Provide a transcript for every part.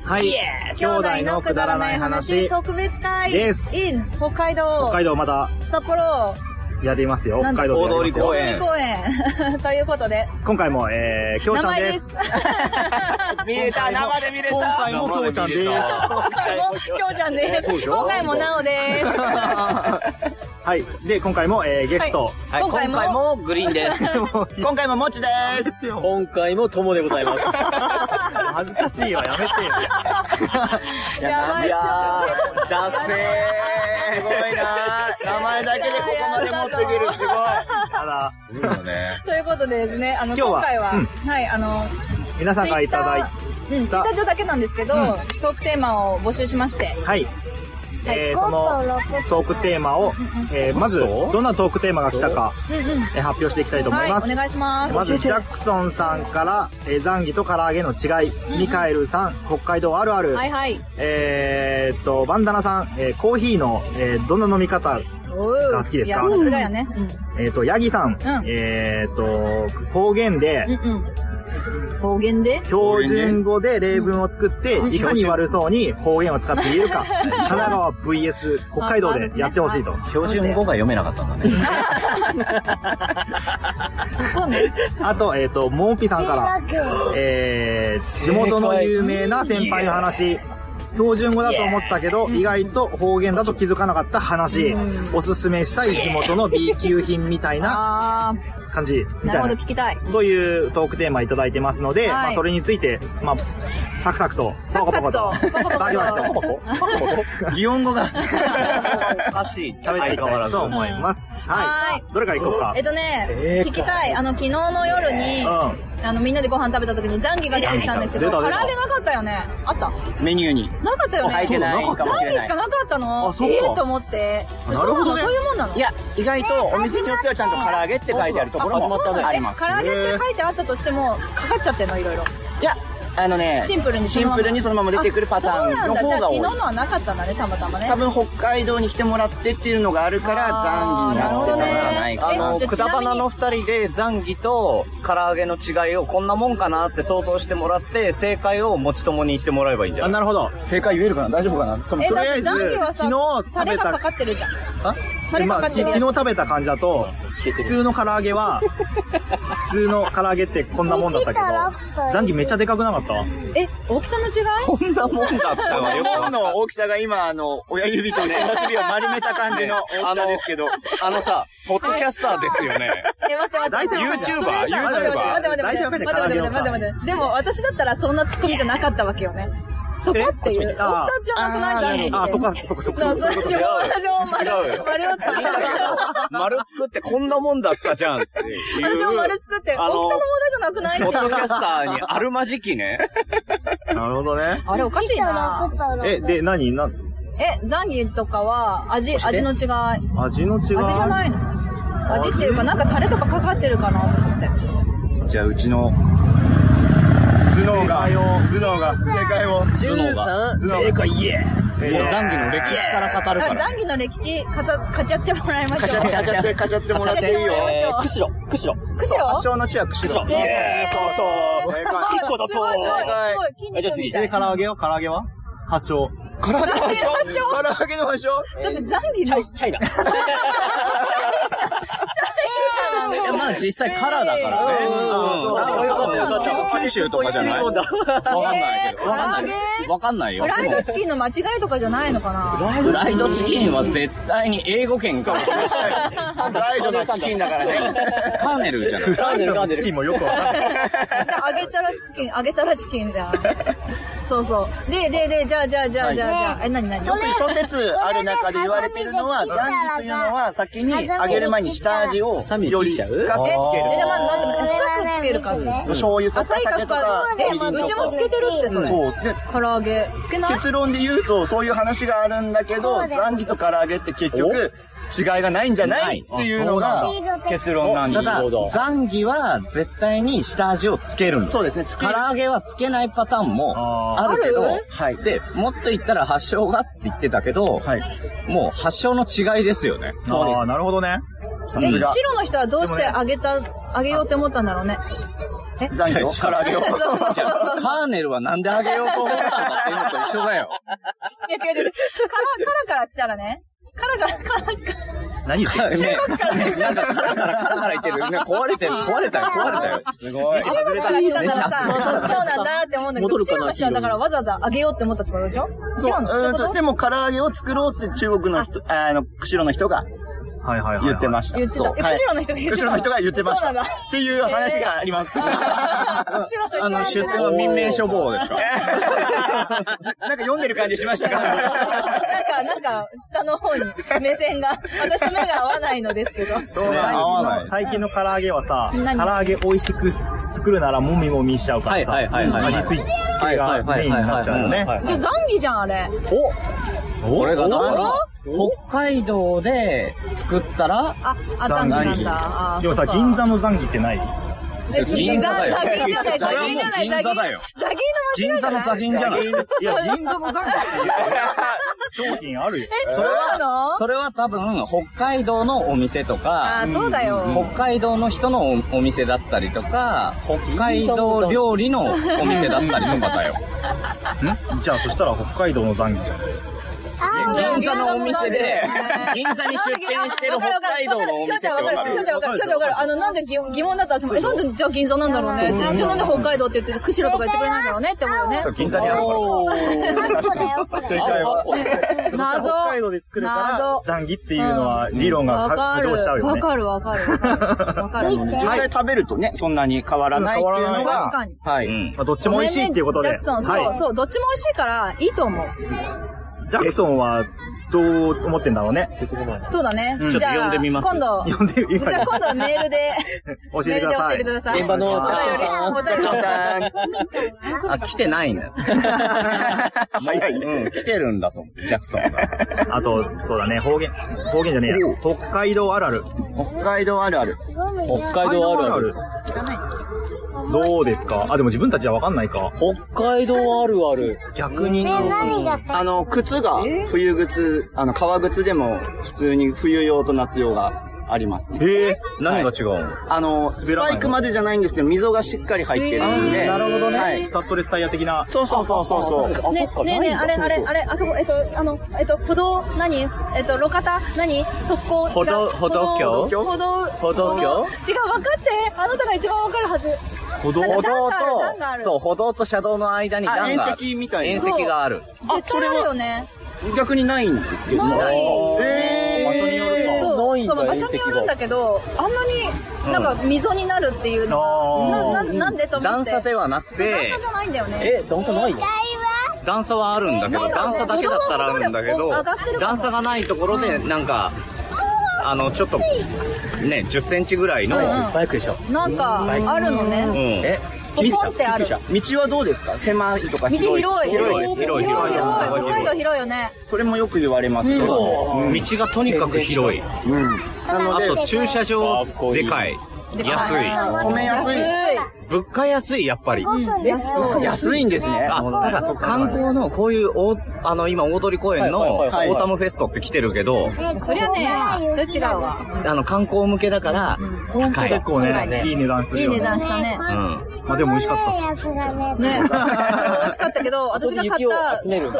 はい。兄弟のくだらない話特別会です。 in 北海道。 北海道また札幌。 やりますよ。北海道大通公園。 ということで。 今回も、きょうちゃんです。 見れた、生で見れた。 今回もきょうちゃんです。 今回もきょうちゃんです。今回もなおです。 はい。で、今回も、ゲスト。 はい。今回もグリーンです。今回ももちです。 今回もともでございます。 恥ずかしいわ、やめてよ。 いやー、ダッセー。すごいなー。名前だけでここまで持っていける、すごい。 あら。 いいよね。 ということでですね、今回は、はい、 皆さんからいただいツイッター上だけなんですけど、トークテーマを募集しまして。 はい。そのトークテーマを、まずどんなトークテーマが来たか、発表していきたいと思います。 お願いします。 まずジャクソンさんから、ザンギと唐揚げの違い、ミカエルさん、北海道あるある、 はいはい、 バンダナさん、コーヒーの、どんな飲み方が好きですか？ さすがやね。 ヤギさん、方言で、 方言で標準語で例文を作って、いかに悪そうに方言を使って言えるか、神奈川 VS 北海道でやってほしいと。 標準語が読めなかったんだね。 そこね。 あと、モーピさんから、地元の有名な先輩の話、標準語だと思ったけど、意外と方言だと気づかなかった話、おすすめしたい地元の B 級品みたいな感じみたいな。 なるほど、聞きたい。 というトークテーマいただいてますので、まあそれについて、まあ、サクサクと、 擬音語がおかしい。 喋っていきたいと思います。はい。どれからいこうか。 聞きたい。昨日の夜に、みんなでご飯食べた時にザンギが出てきたんですけど、唐揚げなかったよね。あった？ メニューに。 なかったよね。 入ってないかもしれない。 ザンギしかなかったの。と思って。 なるほどね。 そういうもんなの？ いや、意外とお店によってはちゃんと唐揚げって書いてあるところもあります。 唐揚げって書いてあったとしても、かかっちゃってんの、いろいろ。いや、 シンプルにそのまま出てくるパターンの方が多い。 じゃあ昨日のはなかったんだね、たまたまね。 多分北海道に来てもらってっていうのがあるからザンギになってたんじゃないかな。 くだばなの2人でザンギと唐揚げの違いをこんなもんかなって想像してもらって、正解を持ち友に言ってもらえばいいんじゃない？ なるほど。 正解言えるかな？大丈夫かな？ とりあえずザンギはさ、 昨日食べたかかってるじゃん。 昨日食べた感じだと、普通の唐揚げは、普通の唐揚げってこんなもんだったけど、ザンギめっちゃでかくなかった？ 大きさの違い？ こんなもんだったわ。横の大きさが今、親指とね、人差し指を丸めた感じの大きさですけど。 さ、ポッドキャスターですよね。 待って。YouTuber。でも私だったらそんなツッコミじゃなかったわけよね。そこっていう。大きさじゃなくない？ザンギって。 そこ。 私も丸を作って。 丸作ってこんなもんだったじゃんっていう。 私も丸作って、大きさの問題じゃなくない？ ポッドキャスターにあるまじきね。 なるほどね。 あれおかしいな。 で、何ザンギとかは味の違い。 味の違い？ 味じゃないの？味っていうかなんかタレとかかかってるかなと思って。 じゃあうちの頭脳が正解を。 13正解イエス。 ザンギの歴史から語るから。 ザンギの歴史かちゃってもらいましょう。 かちゃってもらっていいよ。 釧路。 発祥の地は釧路。 イエーイ。そう。1個だと。 すごい。 じゃあ次。唐揚げは発祥。 唐揚げの発祥？ だってザンギのチャイナ。 まあ実際カラーだからね。 よかった。 九州とかじゃない？わかんないけど。わかんないよ。 フライドチキンの間違いとかじゃないのかな？ フライドチキンは絶対に英語圏かもしれない。フライドのチキンだからね。カーネルじゃない。 フライドのチキンもよくわかんない。 揚げたらチキンじゃん。そう。で、じゃあ、何よく諸説ある中で言われているのは、ザンギというのは先に揚げる前に下味をより深くつける。 深くつけるか。 醤油とか酒とか。 うちもつけてるってそれ。唐揚げ。つけない？ 結論で言うと、そういう話があるんだけど、ザンギと唐揚げって結局、違いがないんじゃないっていうのが結論なんです。 ただ、ザンギは絶対に下味をつけるんです。 そうですね。 唐揚げはつけないパターンもあるけど、はい。で、もっと言ったら発祥がって言ってたけど、はい。もう発祥の違いですよね。 そうです。なるほどね。 白の人はどうして揚げようって思ったんだろうね。 残業唐揚げを。 じゃあカーネルはなんであげようと思ったんだっていうのと一緒だよ。 いや違う。カラ来たらね。カラ。 何言ってんのね、なんかカラカラ言ってる。ね、壊れたよ。すごい。 中国から来たからさ、そうなんだって思うんだけど、釧路の人はだからわざわざあげようって思ったってことでしょ？違うの？そういうこと？ でも唐揚げを作ろうって中国の人、釧路の人が言ってました。 言ってた。釧路の人が言ってた。 釧路の人が言ってました。っていう話があります。 出店は民命処方ですか？ なんか読んでる感じしましたか？ なんか、下の方に目線が、私と目が合わないのですけど。 最近の唐揚げはさ、唐揚げ美味しく作るならもみもみしちゃうからさ、味付けがメインになっちゃうよね。 じゃあ、ザンギじゃん、あれ。 これが北海道で作ったら、 ザンギなんだ。 でもさ、銀座のザンギってない？ 銀座だよ。 ザギンじゃない。 それはもう銀座だよ。銀座のザギンじゃない。いや、銀座のザンギっていう商品あるよ。 それは多分、北海道のお店とか、 そうだよ。 北海道の人のお店だったりとか、北海道料理のお店だったりとかだよ。 じゃあ、そしたら北海道のザンギじゃん。 銀座のお店で、銀座に出店してる北海道のお店ってわかる？ わかる。なんで疑問だったら私も、なんでじゃあ銀座なんだろうね。じゃあなんで北海道って言って釧路とか言ってくれないんだろうねって思うよね。 そう、銀座にあるから。正解は。 謎。 北海道で作るからザンギっていうのは理論が浮上しちゃうよね。 わかる。 実際食べるとね、そんなに変わらないっていうのが。 確かに。 はい。 どっちも美味しいっていうことで。 ジャクソン、そう、どっちも美味しいからいいと思う。 ジャクソンはどう思ってんだろうね。 そうだね。 ちょっと読んでみます。 今度はメールで教えてください。 現場のジャクソンさん。あ、来てないんだ。早い。来てるんだと思って、ジャクソンが。 あと、そうだね、方言じゃねえや。北海道あるある。 北海道あるある。 どうですか？でも自分たちはわかんないか。 北海道あるある。 逆に。 靴が冬靴、革靴でも普通に冬用と夏用がありますね。 何が違うの？ スパイクまでじゃないんですけど、溝がしっかり入ってるんで。 なるほどね。スタッドレスタイヤ的な。 そう。 ねえ、あれ、あそこ、歩道、路肩、側溝、 歩道橋？ 違う、分かって。あなたが一番分かるはず。 歩道と、歩道と車道の間に段が、 縁石みたいな。 縁石がある。 絶対あるよね。 逆にないんですけど。 ない。 場所によるか。 そう、場所によるんだけど、あんなになんか溝になるっていうのは、なんでと思って。 段差ではなくて。 段差じゃないんだよね。 段差ないの？ 段差はあるんだけど、段差だけだったらあるんだけど、段差がないところで、なんか、ちょっと、ね、10センチぐらいの。 バイクでしょ。 なんか、あるのね。ポンってある。 道はどうですか？狭いとか広い。 広い。 北海道広いよね。 それもよく言われますけど。 道がとにかく広い。あと駐車場でかい。安い。 止めやすい。 物価安い、やっぱり。 安いんですね。 ただ、観光のこういう、今、大通公園のオータムフェストって来てるけど、 そりゃね、それ違うわ。 観光向けだから、高い。 結構ね、いい値段する。 いい値段したね。 でも美味しかったっす。 ね、美味しかったけど、私が買った、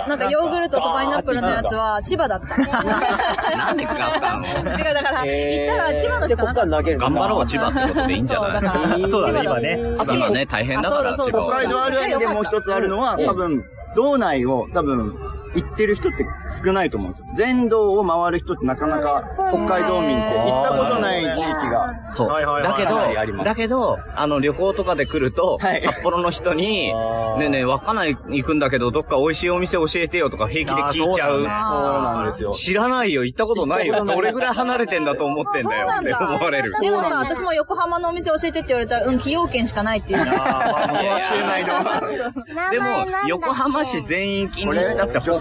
なんかヨーグルトとパイナップルのやつは千葉だった。 なんで買ったの？ 違う、だから、行ったら千葉のしかなかった。 頑張ろうは千葉ってことでいいんじゃない？ そうだね、今ね。 今ね、大変だから、千葉は。 北海道あるあるでもう一つあるのは、多分、道内を行ってる人って少ないと思うんですよ。全道を回る人ってなかなか北海道民って行ったことない地域が。 そう。だけど、旅行とかで来ると、札幌の人に、ねえねえ、稚内行くんだけど、どっか美味しいお店教えてよとか平気で聞いちゃう。そうなんですよ。 知らないよ、行ったことないよ。どれぐらい離れてんだと思ってんだよって思われる。 でもさ、私も横浜のお店教えてって言われたら、崎陽軒しかないっていう。 でも、横浜市全域にしたって北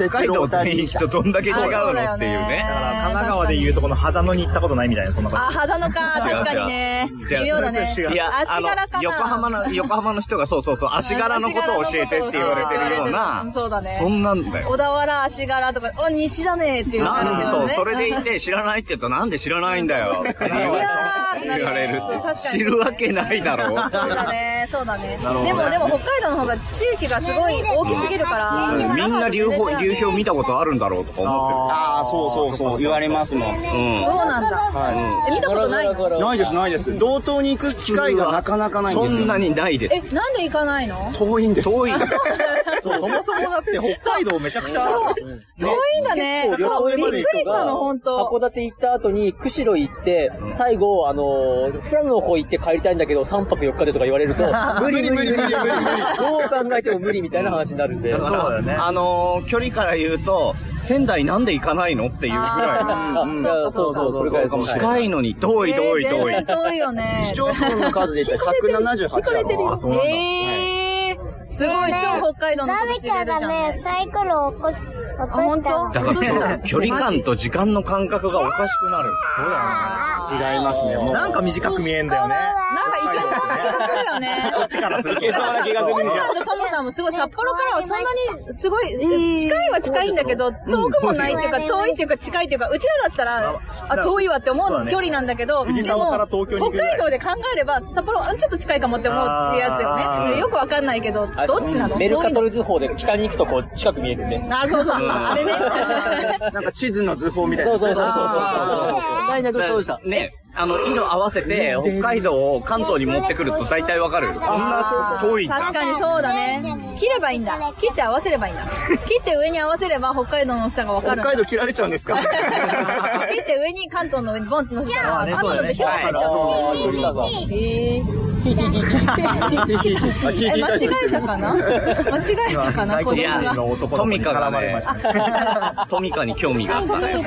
北海道全員人どんだけ違うのっていうね。 だから神奈川でいうとこの秦野に行ったことないみたいな、そんな感じ。 あ、秦野か、確かにね。微妙だね。 いや、 足柄かな。 横浜の人がそう、足柄のことを教えてって言われてるような。 そうだね。 そんなんだよ。 小田原、足柄とか、西だねっていうのがあるんですよね。 そう、それでいて知らないって言ったらなんで知らないんだよって言われる。知るわけないだろう。 そうだね、そうだね。でも北海道の方が地域がすごい大きすぎるから。 みんな流氷見たことあるんだろうとか思ってる。 ああ、そう言われますもん。 そうなんだ。見たことないの？ ないです。道東に行く機会がなかなかないんですよ。 そんなにないです。 なんで行かないの？ 遠いんです。 遠い。 そもそもだって北海道めちゃくちゃ遠いんだね。そう、びっくりしたの、ほんと。 函館行った後に釧路行って、最後、富良野の方行って帰りたいんだけど、3泊4日でとか言われると、無理。どう考えても無理みたいな話になるんで。 だから、距離から言うと、仙台なんで行かないのっていうぐらい。そう、それぐらいです。 近いのに遠い。 全然遠いよね。 市町村の数で言ったら178。 聞かれてるよ。すごい、超北海道のこと知れるじゃん。 誰かがね、サイクルを起こした。 だから距離感と時間の感覚がおかしくなる。 そうだよね。 違いますね。 なんか短く見えんだよね。 なんかいけそうな気がするよね。 こっちからすると。 モンさんとトモさんもすごい札幌からはそんなにすごい近いは近いんだけど、遠くもないっていうか、遠いっていうか近いっていうか、うちらだったら、遠いわって思う距離なんだけど、でも北海道で考えれば、札幌ちょっと近いかもって思うってやつよね。よくわかんないけど、どっちなの？ メルカトル図法で北に行くとこう近く見えるんで。 あ、そう。あれね。 なんか地図の図法みたいな。 そう。そうでした。 ね。色合わせて、北海道を関東に持ってくると大体わかる。こんな遠いんだ。 確かにそうだね。切ればいいんだ。切って合わせればいいんだ。切って上に合わせれば北海道の大きさがわかる。 北海道切られちゃうんですか？ 切って上に関東の上にボンって乗せたら、関東ってひょっと入っちゃう。間違えたかな子供が。 トミカがね、トミカに興味があったね。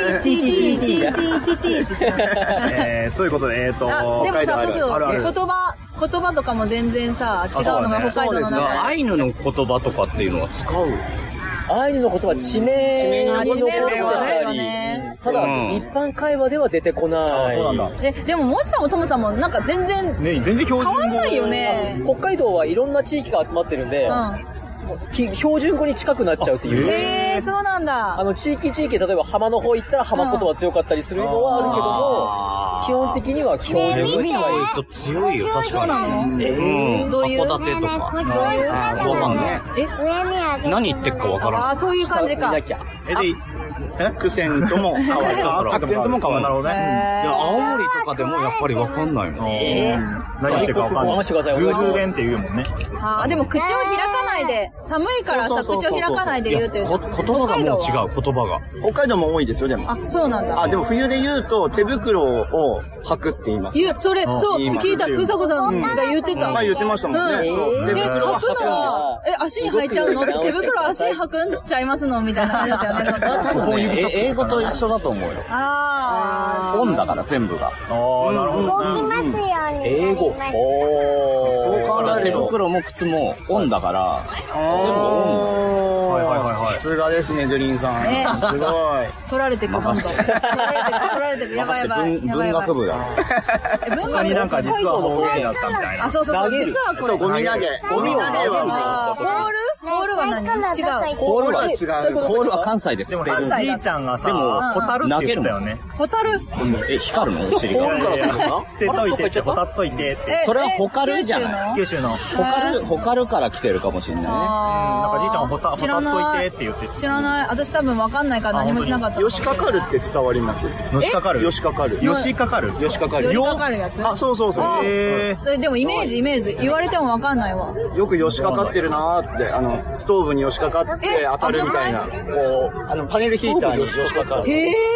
ということで、 でもさ、言葉とかも全然さ、違うのが北海道の中アイヌの言葉とかっていうのは使う？ アイヌの言葉、地名の言葉だり、ただ、一般会話では出てこない。 そうなんだ。 でも、もしさんもトムさんもなんか全然変わんないよね。 北海道はいろんな地域が集まってるんで、標準語に近くなっちゃうっていう。 へー、そうなんだ。 地域、例えば浜の方行ったら浜言葉強かったりするのはあるけども、基本的には標準語に近い。 強いよ、確かに。 そうなの？どういう？ 函館とか。 そういう？ わかんない。何言ってっかわからん。 あ、そういう感じか。 苦戦とも変わる。アクセントも変わる。 なるほどね。 青森とかでもやっぱりわかんないもん。 何言ってるかわかんない。ズーズー弁って言うもんね。 でも口を開かないで、寒いからさ、口を開かないで言うっていう。 言葉がもう違う、言葉が。 北海道も多いですよ、でも。 あ、そうなんだ。 でも冬で言うと手袋を履くって言います。 そう、聞いた、うさこさんが言ってた。 言ってましたもんね。 手袋は履くのは、足に履いちゃうの？手袋足に履くんちゃいますのみたいな感じだったよね。 英語と一緒だと思うよ。オンだから全部が。 なるほど。 動きますように。 英語。 そう考えると手袋も靴もオンだから全部オンだ。 さすがですね、ジュリンさん。すごい。 取られてく、どんどん。取られてく、やばい。 文学部だ。 文学部なんか実は方言だったみたいな。 あ、そう、実はこれ。 そう、ゴミ投げ。 ゴミを投げる。 ホールは何？違う。 ホールは違う。ホールは関西です。 でもさ、じいちゃんがさ、ホタルって言ったよね。 ホタル？ 光るの？お尻が。 捨てといてって、ホタっといてって。 それはホカルじゃない？ 九州の。 ホカルから来てるかもしれないね。 なんかじいちゃんがホタっといてって言って。 知らない。私多分わかんないから何もしなかった。 よしかかるって伝わります。 よしかかる？ よしかかる。 よしかかる？ よしかかる。 よりかかるやつ？ あ、そう。 でもイメージ。言われてもわかんないわ。 よくよしかかってるなーって、ストーブによしかかって当たるみたいな。こう、パネルヒーターによしかかる。 へー。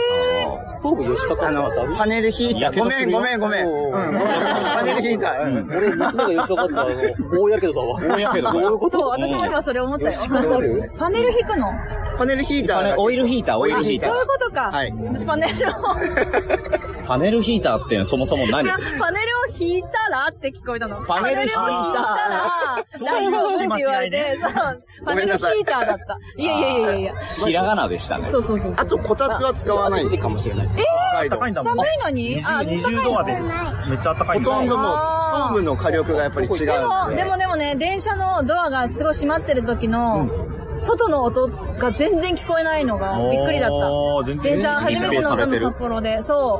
ストーブ吉高って当たる？ パネルヒーター。ごめん。パネルヒーター。 俺、娘が吉高って大やけどだわ。 大やけど。 どういうこと？ そう、私も今それ思ったよ。 吉高ある？ パネル引くの？ パネルヒーター。 オイルヒーター。 そういうことか。 はい。 私パネルを。 パネルヒーターってそもそも何？ パネルを引いたらって聞こえたの。 パネル引いたら大丈夫って言われて、そう、パネルヒーターだった。いや。 ひらがなでしたね。 そう。 あと、こたつは使わないかもしれないです。 高いんだもん。 寒いのに 20度までめっちゃ暖かいんだ。 ほとんどもう、ストーブの火力がやっぱり違うので。 でもね、電車のドアがすごい閉まってる時の、外の音が全然聞こえないのがびっくりだった。電車初めて乗ったの札幌で。そう。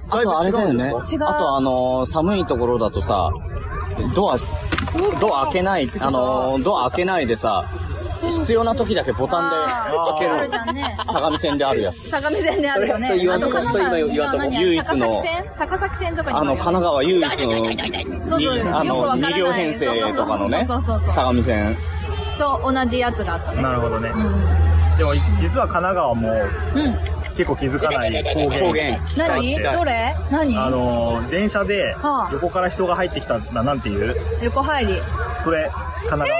あとあれだよね。 違う。 あと寒いところだとさ、ドア開けない、ドア開けないでさ、必要な時だけボタンで開ける。 あるじゃんね。 相模線であるやつ。 相模線であるよね。あと神奈川唯一の高崎線とかに神奈川唯一の2両編成とかのね、相模線と同じやつがあったね。 なるほどね。でも実は神奈川も結構気づかない方言。 何？どれ？何？ 電車で横から人が入ってきたらなんて言う？ 横入り。 それ神奈川線です。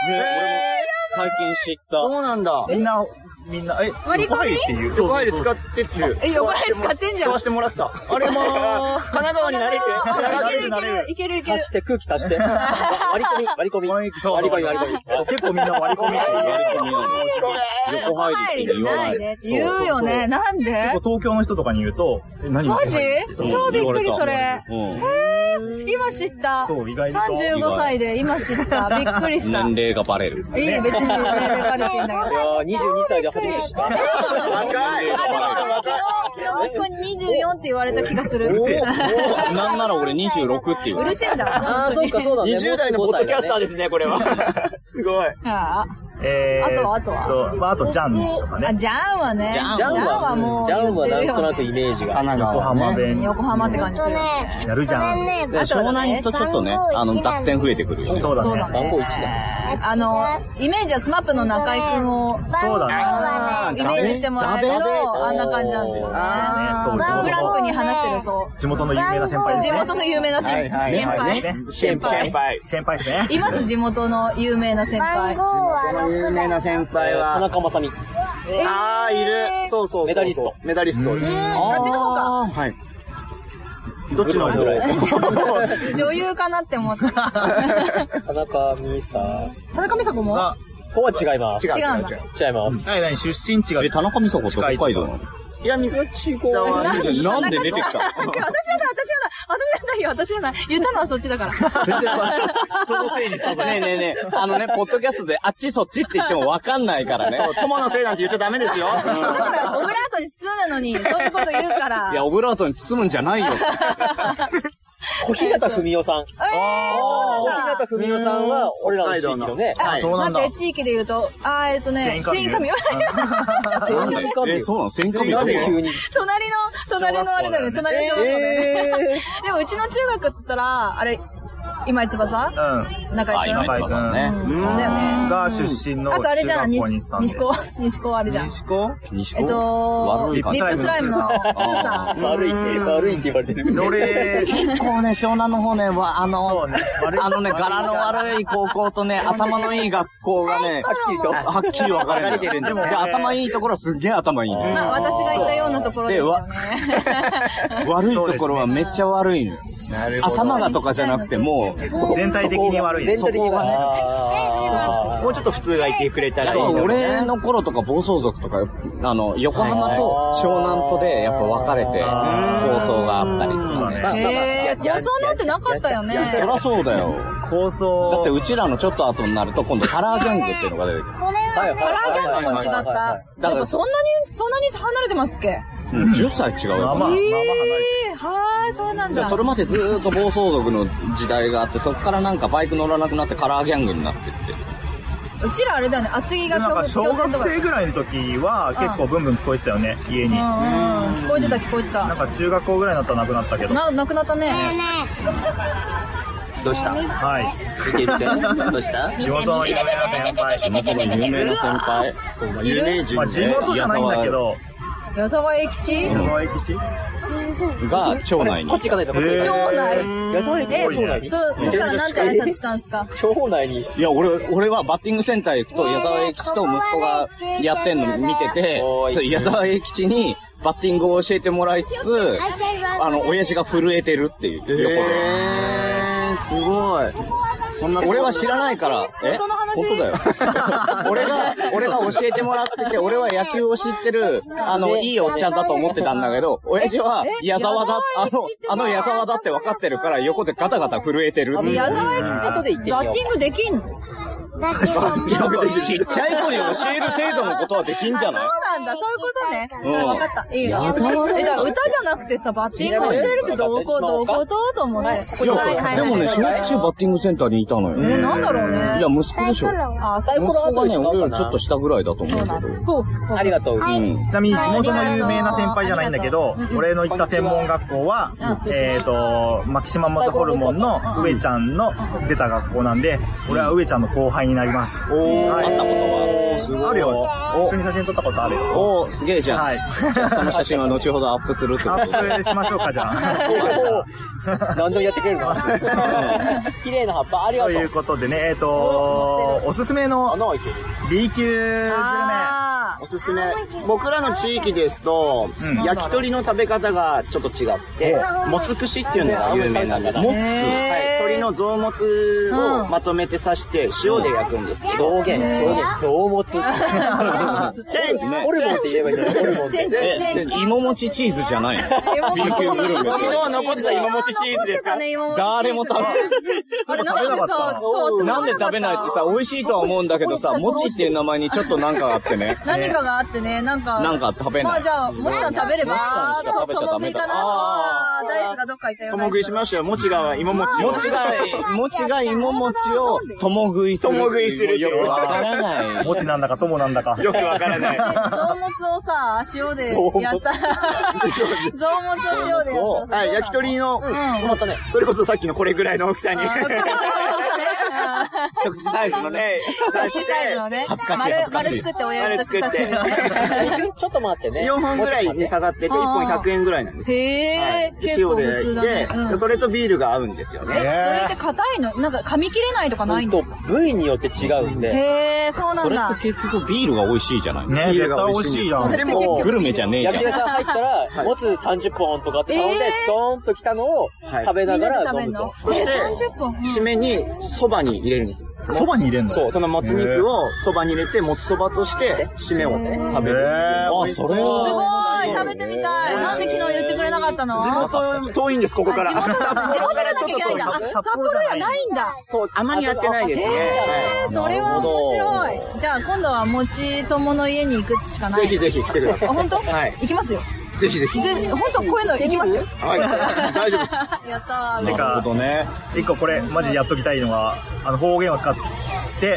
ね、俺も最近知った。 そうなんだ。 みんな、 割り込みっていう。 横入り使ってってる。 横入り使ってんじゃん。 使わしてもらった。あれも神奈川になれる。 いける。 刺して空気刺して。割り込み。 結構みんな割り込みって言う。 横入りって言わない。 言うよね。なんで？ 結構東京の人とかに言うと、何？ マジ？超びっくりそれ。今知った。 そう、意外に。 35歳で今知った。びっくりした。 年齢がバレる。 別に年齢バレてんだけど。 いや22歳で初めて知った。 若い。 昨日息子に24って言われた気がする。 なんなら俺26って言う。 うるせえんだ。 ああ、そうかそうだね。 20代のポッドキャスターですね、これは。すごい。 あとはあとジャンとかね。 ジャンはね。 ジャンはもうジャンはなんとなくイメージが。 横浜弁。 横浜って感じする。 やるじゃん。 湘南行くとちょっとね、濁点増えてくるよね。 そうだね。 番号1だ。 イメージはスマップの中居くんを、 そうだね。イメージしてもらえると、あんな感じなんですよね。フランクに話してる、そう。 地元の有名な先輩ですね。 地元の有名な先輩ですね。 います、地元の有名な先輩。 有名な先輩は。 田中正美。 ああ、いる。そう。 メダリスト。 メダリスト。 あっちの方か。 はい。どっちの方？ 女優かなって思った。 田中美佐。 田中美佐子も？ ここは違います。 違うんだ。 違います。 何出身地が。 田中美佐子って北海道なの？ いや、水違う。 なんで出てきた？ 私じゃない。言ったのはそっちだから。 全然そのせいにしたぞ。ねえ。ポッドキャストであっちそっちって言ってもわかんないからね。 友のせいなんて言っちゃダメですよ。 ほら、オブラートに包むのに、そういうこと言うから。 いや、オブラートに包むんじゃないよ。 小日向文世さん。小日向文世さんは、俺らの地域のね。 待って、地域で言うと、繊維髪。 そうなの？繊維髪。 隣のあれだよね、隣の小学校で。でも、うちの中学って言ったら、あれ、今市場さん？中井くん。 今市場さんね。 だよね。 が出身の。 あとあれじゃん、西高あるじゃん。 西高？ リップスライムの、スーさん。 悪いって言われてる。 結構ね、湘南の方ね、柄の悪い高校とね、頭のいい学校がね、はっきり分かれてるんで。で、頭いいところはすっげえ頭いい。 まあ、私がいたようなところですよね。 悪いところはめっちゃ悪いの。頭がとかじゃなくてもう、 全体的に悪い。 そこがね。 もうちょっと普通がいてくれたらいい。 俺の頃とか暴走族とか、横浜と湘南とでやっぱ分かれて構想があったりとかね。 構想なんてなかったよね。 そりゃそうだよ。 構想。 だってうちらのちょっと後になると今度カラーギャングっていうのが出てくる。 カラーギャングも違った。だからそんなに離れてますっけ ？10歳違うよ。 まあ離れてる。 はい、そうなんだ。 それまでずーっと暴走族の時代があって、そこからなんかバイク乗らなくなってカラーギャングになってって。 うちらあれだよね、厚木がなんか小学生ぐらいの時は結構ブンブン聞こえてたよね、家に。 聞こえてた。 なんか中学校ぐらいになったらなくなったけど。 なくなったね。 どうした？ はい。 どうした？ 地元の有名な先輩。 地元の有名な先輩。 まあ地元じゃないんだけど、 矢沢永吉矢沢永吉が町内に。 こっち行かないと。 町内矢沢永吉町内に。 そしたらなんて挨拶したんですか？ 町内に。 いや、俺はバッティングセンター行くと、矢沢永吉と息子がやってんの見てて、矢沢永吉にバッティングを教えてもらいつつ、親父が震えてるっていう。 すごい。 俺は知らないから。 本当の話？ 本当だよ。俺が教えてもらってて、俺は野球を知ってる、いいおっちゃんだと思ってたんだけど、親父は矢沢だ、矢沢だって分かってるから、横でガタガタ震えてるっていう。 矢沢永吉ことで言ってバッティングできんの？ ちっちゃい子に教える程度のことはできんじゃない？ そうなんだ、そういうことね。分かった。いいよ。 矢沢だよ。 だから歌じゃなくてさ、バッティング教えるってどういうことと思って。 でもね、しょっちゅうバッティングセンターにいたのよ。 なんだろうね。 いや、息子でしょ。 サイコロはね、 俺よりちょっと下ぐらいだと思うけど。 ありがとう。 ちなみに地元の有名な先輩じゃないんだけど、俺の行った専門学校は、マキシマムザホルモンの上ちゃんの出た学校なんで、俺は上ちゃんの後輩になります。 会ったことはあるよ。一緒に写真撮ったことあるよ。 すげえじゃん。じゃあその写真は後ほどアップするってことで。 アップしましょうか、じゃあ。 何でもやってくれるの？綺麗な葉っぱ、ありがとう。 ということでね、おすすめの B 級グルメ。 おすすめ。僕らの地域ですと、焼き鳥の食べ方がちょっと違って、もつ串っていうのが有名なんです。もつ。はい。鶏の臓物をまとめて刺して塩で焼くんですけど。 表現、臓物。ホルモンって言えばいいじゃない？ホルモンって。 芋餅チーズじゃないの？ B 級グルメ。 昨日残ってた芋餅チーズですか？ 誰も食べなかった。なんで食べないってさ、美味しいとは思うんだけどさ、餅っていう名前にちょっとなんかがあってね。 何かがあってね、なんか食べない。まあじゃあ、もちさん食べれば、 もちさんしか食べちゃダメだ。 ダイスがどっか行ったよ。 共食いしましたよ。もちが芋餅。 もちが芋餅を共食いする。 共食いする。 よくわからない。 もちなんだか友なんだか。 よくわからない。 臓物をさ、塩でやった。臓物を塩でやった。 はい、焼き鳥の、それこそさっきのこれぐらいの大きさに。一口サイズのね、 一口サイズのね。 恥ずかしい。 丸作って親指と刺身ね。 ちょっと待ってね。 4本ぐらいに刺さってて、1本100円ぐらいなんですよ。 へー。結構普通だね。 それとビールが合うんですよね。 それって硬いの？なんか噛み切れないとかないんですか？ 部位によって違うんで。 へー、そうなんだ。 それって結局ビールが美味しいじゃない？ ね、絶対美味しいやん。 でも、グルメじゃねえじゃん。 焼き屋さん入ったら、もつ30本とかって頼んで、ドーンと来たのを食べながら飲むと。 そして、締めに蕎麦に入れるんですよ。 蕎麦に入れんの？ そう、そのもつ肉を蕎麦に入れて、もつ蕎麦として締めを食べる。 あ、それは。 すごい、食べてみたい。なんで昨日言ってくれなかったの？ 地元遠いんです、ここから。 地元じゃなきゃいけないんだ。札幌ではないんだ。 そう、あまりやってないですね。 それは面白い。じゃあ今度はもち友の家に行くしかない。 ぜひぜひ来てください。 本当？ はい。 行きますよ。 ぜひぜひ。 本当こういうの行きますよ。 はい。大丈夫です。 やったー。 なるほどね。 一個これ、マジでやっときたいのが、方言を使って、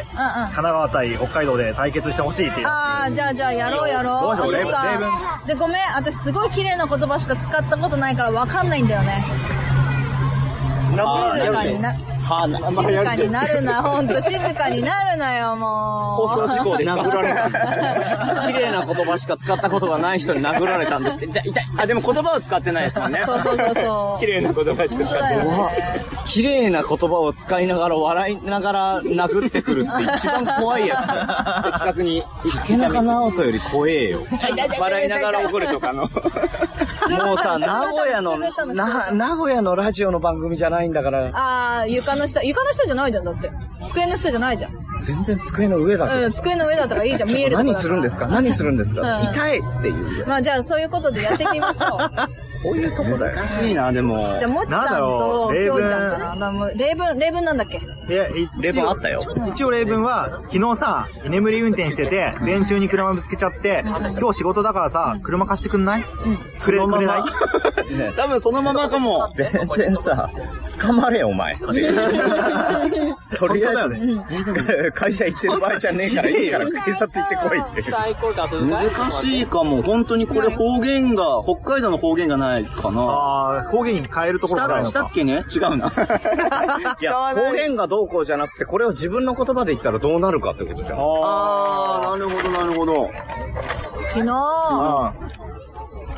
神奈川対北海道で対決してほしいっていう。 じゃあやろう。 どうしよう、例文。 で、ごめん、私すごい綺麗な言葉しか使ったことないからわかんないんだよね。静かになるな、ほんと静かになるなよ、もう。 放送事故で殴られたんです。 綺麗な言葉しか使ったことがない人に殴られたんですけど、痛い。 あ、でも言葉を使ってないですもんね。 そう。 綺麗な言葉しか使ってない。 綺麗な言葉を使いながら笑いながら殴ってくるって一番怖いやつだ。 的確に。 竹中直人より怖えよ。 笑いながら怒るとかの。もうさ、名古屋のラジオの番組じゃないんだから。 床の下じゃないじゃん、だって。机の下じゃないじゃん。 全然机の上だけど。 机の上だったらいいじゃん、見えるとこだから。 何するんですか痛いっていう。 まあじゃあそういうことでやってみましょう。 こういうとこだよ。 難しいな、でも。 じゃあ、もちさんときょうちゃんかな。例文なんだっけ？ 例文あったよ。 一応例文は、昨日さ、居眠り運転してて、電柱に車ぶつけちゃって、今日仕事だからさ、車貸してくんない？くれない？ 多分そのままかも。 全然さ、捕まれよ、お前。とりあえず、会社行ってる場合じゃねえから、いいから警察行ってこいって。 難しいかも。本当にこれ方言が、北海道の方言がないかな。 方言に変えるところがないのか。 したっけね？違うな。 いや、方言がどうこうじゃなくて、これを自分の言葉で言ったらどうなるかってことじゃん。 なるほど。 昨日、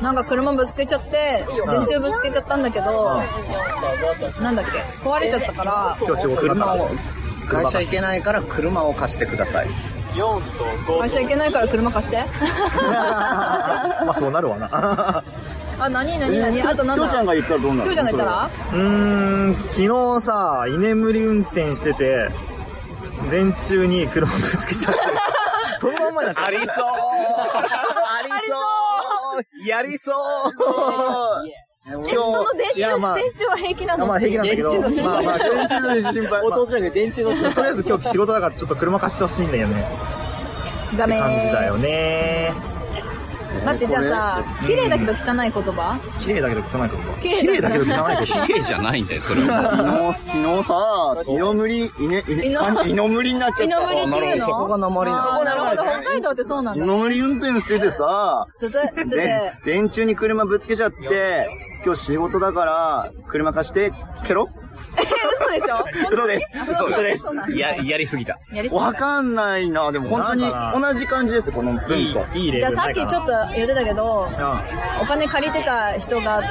なんか車ぶつけちゃって、電柱ぶつけちゃったんだけど、なんだっけ、壊れちゃったから、 今日仕事だから。 会社行けないから車を貸してください。 会社行けないから車貸して。 まあそうなるわな。 あ、何あとなんだ。 きょうちゃんが言ったらどうなる？ きょうちゃんが言ったら？ 昨日さ、居眠り運転してて、電柱に車ぶつけちゃって、そのまんまになっちゃった。 ありそうやりそう今日、いやまあ、電柱は平気なの？ まあ平気なんだけど、まあ電柱の心配。 弟じゃなくて電柱の心配。 とりあえず今日仕事だからちょっと車貸してほしいんだよね。 ダメー。 感じだよね。 待って、じゃあさ、綺麗だけど汚い言葉？ 綺麗だけど汚い言葉。 綺麗だけど汚い言葉。 綺麗じゃないんだよ、それは。 昨日さ、居眠りになっちゃった。 居眠りっていうの？ そこが鉛なの。なるほど、北海道ってそうなんだ。 居眠り運転しててさ、電柱に車ぶつけちゃって、今日仕事だから、車貸して、ケロ？ 嘘でしょ？ 嘘です。 嘘です。やりすぎた。 わかんないな。でも本当に同じ感じです、この文と。 いい例じゃあさっきちょっと言ってたけど、お金借りてた人が、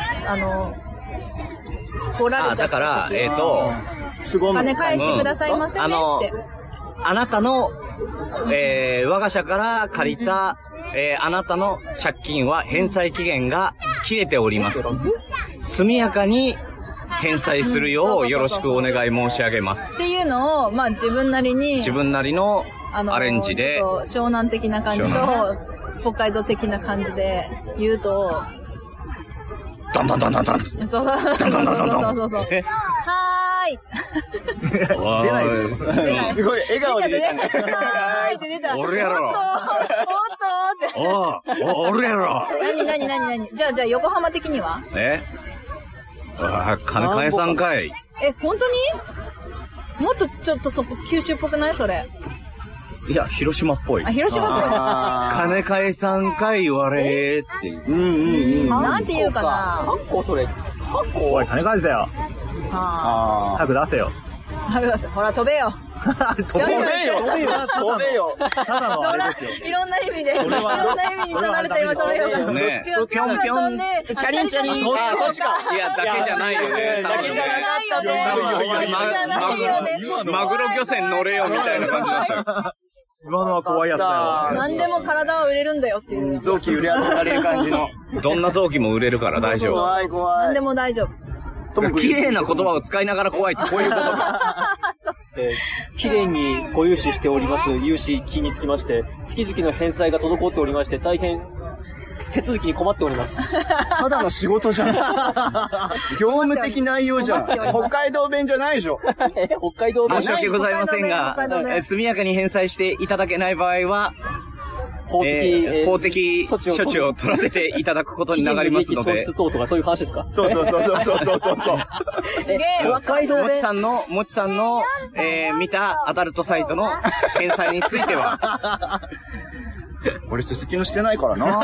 来られちゃった。 だから、 お金返してくださいませねって。 あなたの、我が社から借りた、あなたの借金は返済期限が切れております。速やかに返済するようよろしくお願い申し上げます。 っていうのを、まあ自分なりのアレンジで、 ちょっと湘南的な感じと、北海道的な感じで言うと、 ダンダンダンダンダン。 そう。はーい。 出ないでしょ。 すごい笑顔で出たね。 はーいって出た。 俺やろ。 おっと俺やろ。 何じゃあ横浜的には？ 金返さんかい。 本当に？もっとちょっとそこ九州っぽくない？それ。 いや、広島っぽい。 広島っぽい。 金返さんかい言われーっていう。 なんて言うかな。 それ。 おい、金返せよ。早く出せよ。 ほら、飛べよ。 飛べよ。ただのあれですよ。 いろんな意味で。いろんな意味に取られた今、それよ。 ね。 違う、ぴょんぴょんで。 チャリン。そっちか。 いや、だけじゃないよね。 だけじゃないよね。 マグロ漁船乗れよみたいな感じだったよ。 今のは怖いやつだよ。何でも体は売れるんだよっていう。 臓器売れ上げられる感じの。 どんな臓器も売れるから大丈夫。 怖い。 何でも大丈夫。 綺麗な言葉を使いながら怖いってこういうことか。 綺麗にご融資しております融資金につきまして、月々の返済が滞っておりまして、大変手続きに困っております。 ただの仕事じゃん。業務的内容じゃん。北海道弁じゃないでしょ。 北海道弁。 申し訳ございませんが、速やかに返済していただけない場合は、法的処置を取らせていただくことになりますので。 損失等とかそういう話ですか？ そう。 北海道もちさんの、見たアダルトサイトの返済については、 俺すすきのしてないからな。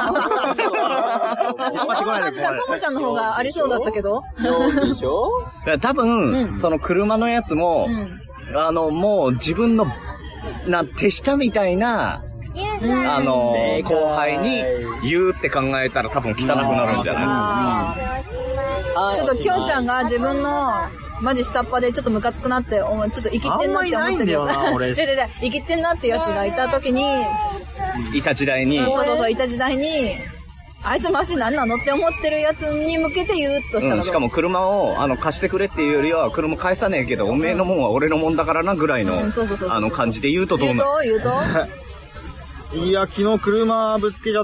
ともちゃんの方がありそうだったけど。 でしょ？ 多分、その車のやつも、もう自分の、手下みたいな、後輩に言うって考えたら多分汚くなるんじゃない？ ちょっときょうちゃんが自分のマジ下っ端でちょっとムカつくなって、ちょっと生きってんなって思ってるよ。生きってんなってやつがいた時に、 いた時代に、 いた時代に、あいつマジ何なのって思ってるやつに向けて言うとしたら、 しかも車を貸してくれっていうよりは、車返さねえけどおめえのもんは俺のもんだからなぐらいの感じで言うとどうなる？ 言うといや、昨日車ぶつけちゃって、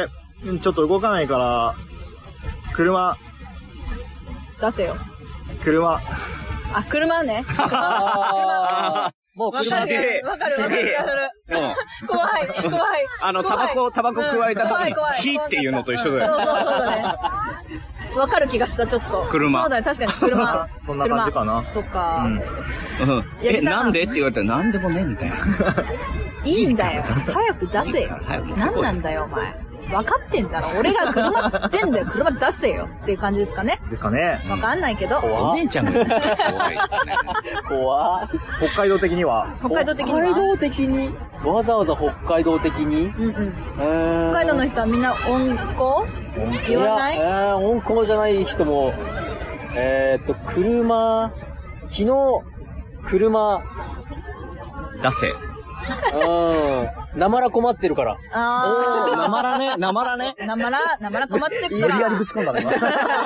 ちょっと動かないから、車。 出せよ。 車ね。 もう車で。わかる。怖い。 タバコ加えた時に、火っていうのと一緒だよ。 そうだね。わかる気がした、ちょっと。 車。 そうだね、確かに車。 そんな感じかな。 そっか。 なんでって言われたらなんでもねえんだよ。 いいんだよ。早く出せよ。何なんだよ、お前。分かってんだろ。俺が車釣ってんだよ。車出せよ。っていう感じですかね。 わかんないけど。 お姉ちゃんが怖い。 北海道的にはわざわざ北海道的に北海道の人はみんな温厚言わない？ 温厚じゃない人も、昨日、車、 出せ。 なまら困ってるから。 なまらね。 なまら困ってるから。 無理やりぶち込んだね、今。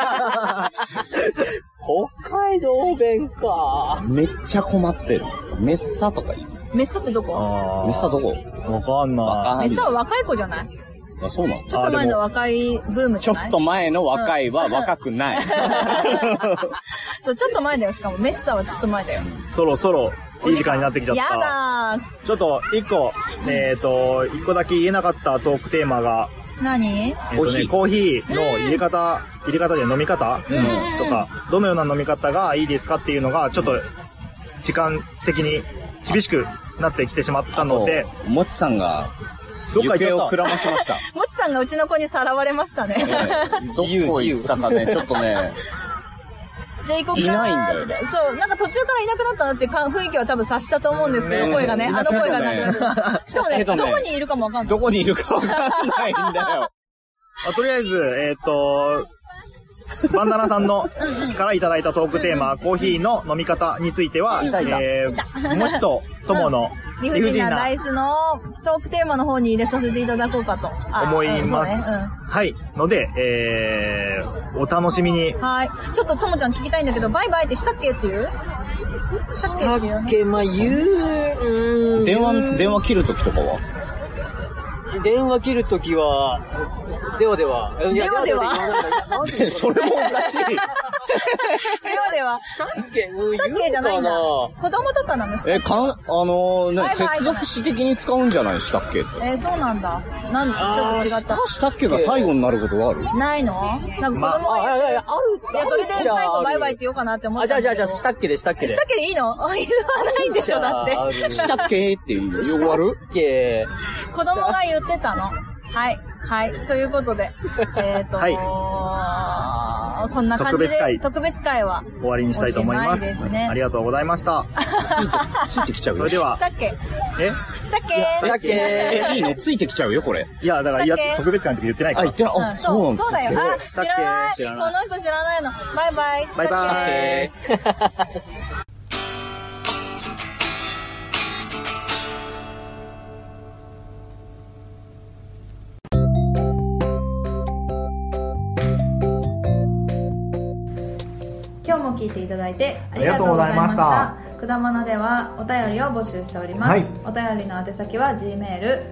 北海道弁か。 めっちゃ困ってる。メッサとか言う。 メッサってどこ？ メッサどこ？ わかんない。 メッサは若い子じゃない？ あ、そうなの？ ちょっと前の若いブームじゃない？ ちょっと前の若いは若くない。 そう、ちょっと前だよ。しかもメッサはちょっと前だよ。 そろそろいい時間になってきちゃった。 やだー。 ちょっと一個だけ言えなかったトークテーマが、 何？ コーヒーの入れ方で飲み方、とか、どのような飲み方がいいですかっていうのが、ちょっと時間的に厳しくなってきてしまったので、 もちさんが行方をくらましました。 もちさんがうちの子にさらわれましたね。 どこ行ったかね、ちょっとね。 じゃあ行こうか。 いないんだよ。 そう、なんか途中からいなくなったなって雰囲気は多分察したと思うんですけど、声がね、あの声がなくなる。しかもね、どこにいるかもわかんない。 どこにいるかわかんないんだよ。 とりあえず、バンダナさんからいただいたトークテーマ、コーヒーの飲み方については、もしとともの理不尽なダイスのトークテーマの方に入れさせていただこうかと思います。はい。ので、お楽しみに。 はい。ちょっとともちゃん聞きたいんだけど、バイバイってしたっけっていうしたっけ、まあ言う。 電話切るときとかは電話切るときは、では。 それもおかしい。 では。したっけじゃないんだ。子供とかなの？ 接続詞的に使うんじゃないしたっけって。 そうなんだ。ちょっと違った。 したっけが最後になることがある？ ないの？なんか子供がある。 いや、それで最後バイバイって言おうかなって思った。 じゃあ、したっけで。したっけでいいの？言わないんでしょ、だって。 したっけって言う。終わる？ 子供が言ってたの。はい。ということで、こんな感じで特別会は終わりにしたいと思います。 ですね。 ありがとうございました。 ついてきちゃうよ。 それでは。 したっけいいの？ついてきちゃうよ、これ。 いや、だから、特別会の時言ってないから。 言ってない。あ、そうなんだ。 そうだよ。知らない。この人知らないの。バイバイ。 バイバイ。 今日も聞いていただいてありがとうございました。くだまなではお便りを募集しております。はい、お便りの宛先は G メール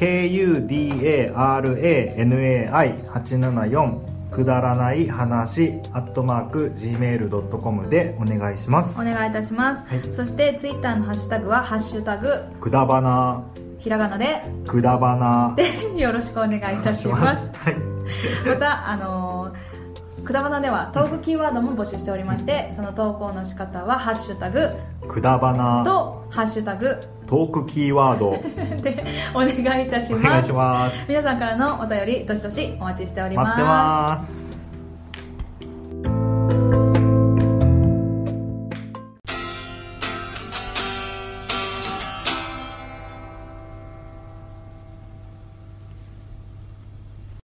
kudaranai874くだらない話@gmail.com でお願いします。 お願いいたします。はい、そしてツイッターのハッシュタグはハッシュタグくだばな、 ひらがなでくだばなでよろしくお願いいたします。 はい、 またくだばなではトークキーワードも募集しておりまして、その投稿の仕方はハッシュタグくだばなとハッシュタグトークキーワードでお願いいたします。 お願いします。 皆さんからのお便りどしどしお待ちしております。 待ってます。